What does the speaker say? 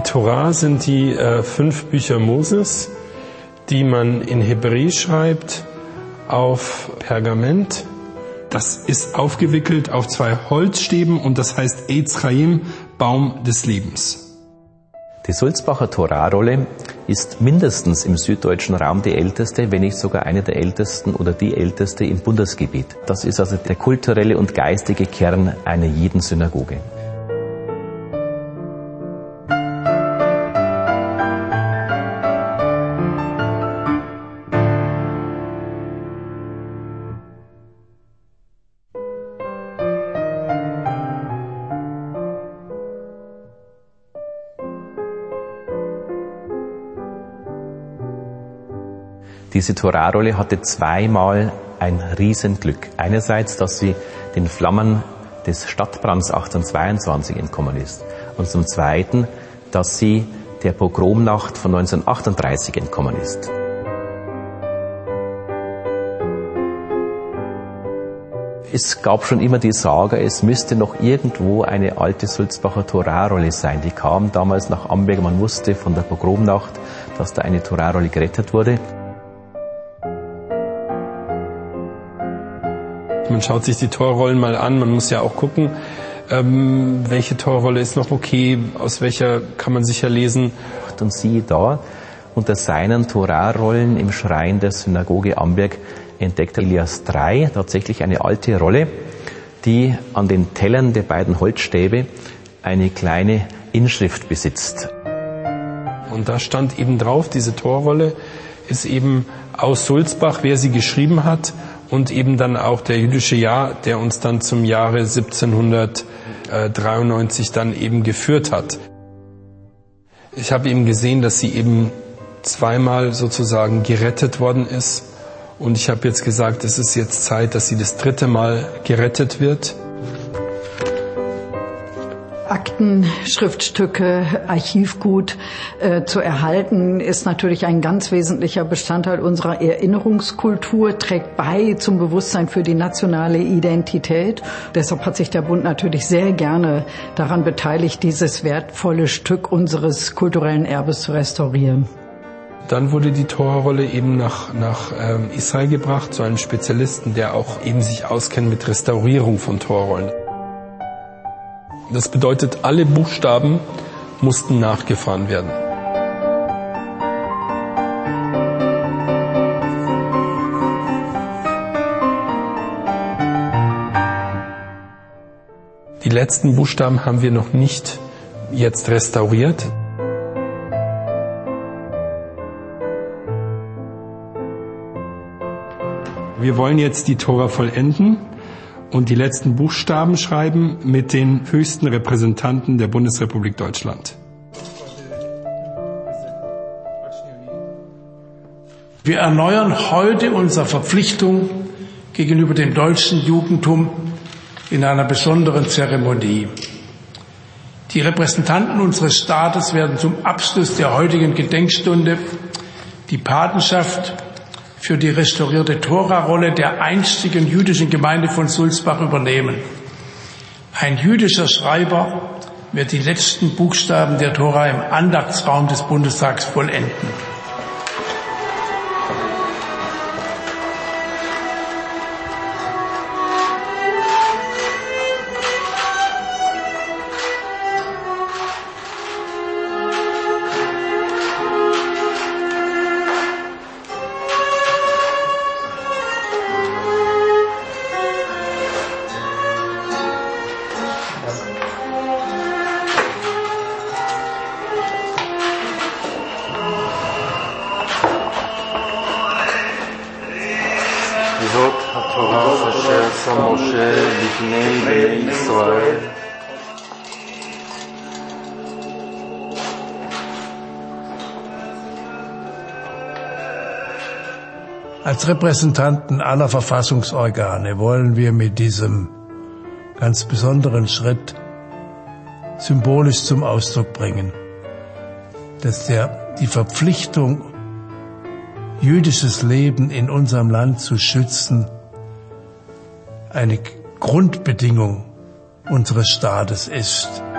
Torah sind die 5 Bücher Moses, die man in Hebräisch schreibt auf Pergament. Das ist aufgewickelt auf 2 Holzstäben und das heißt Eitz Chaim, Baum des Lebens. Die Sulzbacher Torahrolle ist mindestens im süddeutschen Raum die älteste, wenn nicht sogar eine der ältesten oder die älteste im Bundesgebiet. Das ist also der kulturelle und geistige Kern einer jeden Synagoge. Diese Torahrolle hatte zweimal ein Riesenglück. Einerseits, dass sie den Flammen des Stadtbrands 1822 entkommen ist. Und zum Zweiten, dass sie der Pogromnacht von 1938 entkommen ist. Es gab schon immer die Sage, es müsste noch irgendwo eine alte Sulzbacher Torahrolle sein. Die kam damals nach Amberg. Man wusste von der Pogromnacht, dass da eine Torahrolle gerettet wurde. Man schaut sich die Torrollen mal an, man muss ja auch gucken, welche Torrolle ist noch okay, aus welcher kann man sicher lesen. Und siehe da, unter seinen Torarollen im Schrein der Synagoge Amberg entdeckt Elias III tatsächlich eine alte Rolle, die an den Tellern der beiden Holzstäbe eine kleine Inschrift besitzt. Und da stand eben drauf, diese Torrolle ist eben aus Sulzbach, wer sie geschrieben hat, und eben dann auch der jüdische Jahr, der uns dann zum Jahre 1793 dann eben geführt hat. Ich habe eben gesehen, dass sie eben zweimal sozusagen gerettet worden ist. Und ich habe jetzt gesagt, es ist jetzt Zeit, dass sie das 3. Mal gerettet wird. Akten, Schriftstücke, Archivgut zu erhalten, ist natürlich ein ganz wesentlicher Bestandteil unserer Erinnerungskultur, trägt bei zum Bewusstsein für die nationale Identität. Deshalb hat sich der Bund natürlich sehr gerne daran beteiligt, dieses wertvolle Stück unseres kulturellen Erbes zu restaurieren. Dann wurde die Torahrolle eben nach Israel gebracht, zu einem Spezialisten, der auch eben sich auskennt mit Restaurierung von Torrollen. Das bedeutet, alle Buchstaben mussten nachgefahren werden. Die letzten Buchstaben haben wir noch nicht jetzt restauriert. Wir wollen jetzt die Tora vollenden und die letzten Buchstaben schreiben mit den höchsten Repräsentanten der Bundesrepublik Deutschland. Wir erneuern heute unsere Verpflichtung gegenüber dem deutschen Judentum in einer besonderen Zeremonie. Die Repräsentanten unseres Staates werden zum Abschluss der heutigen Gedenkstunde die Patenschaft für die restaurierte Tora-Rolle der einstigen jüdischen Gemeinde von Sulzbach übernehmen. Ein jüdischer Schreiber wird die letzten Buchstaben der Tora im Andachtsraum des Bundestags vollenden. Als Repräsentanten aller Verfassungsorgane wollen wir mit diesem ganz besonderen Schritt symbolisch zum Ausdruck bringen, dass die Verpflichtung, jüdisches Leben in unserem Land zu schützen, eine Grundbedingung unseres Staates ist.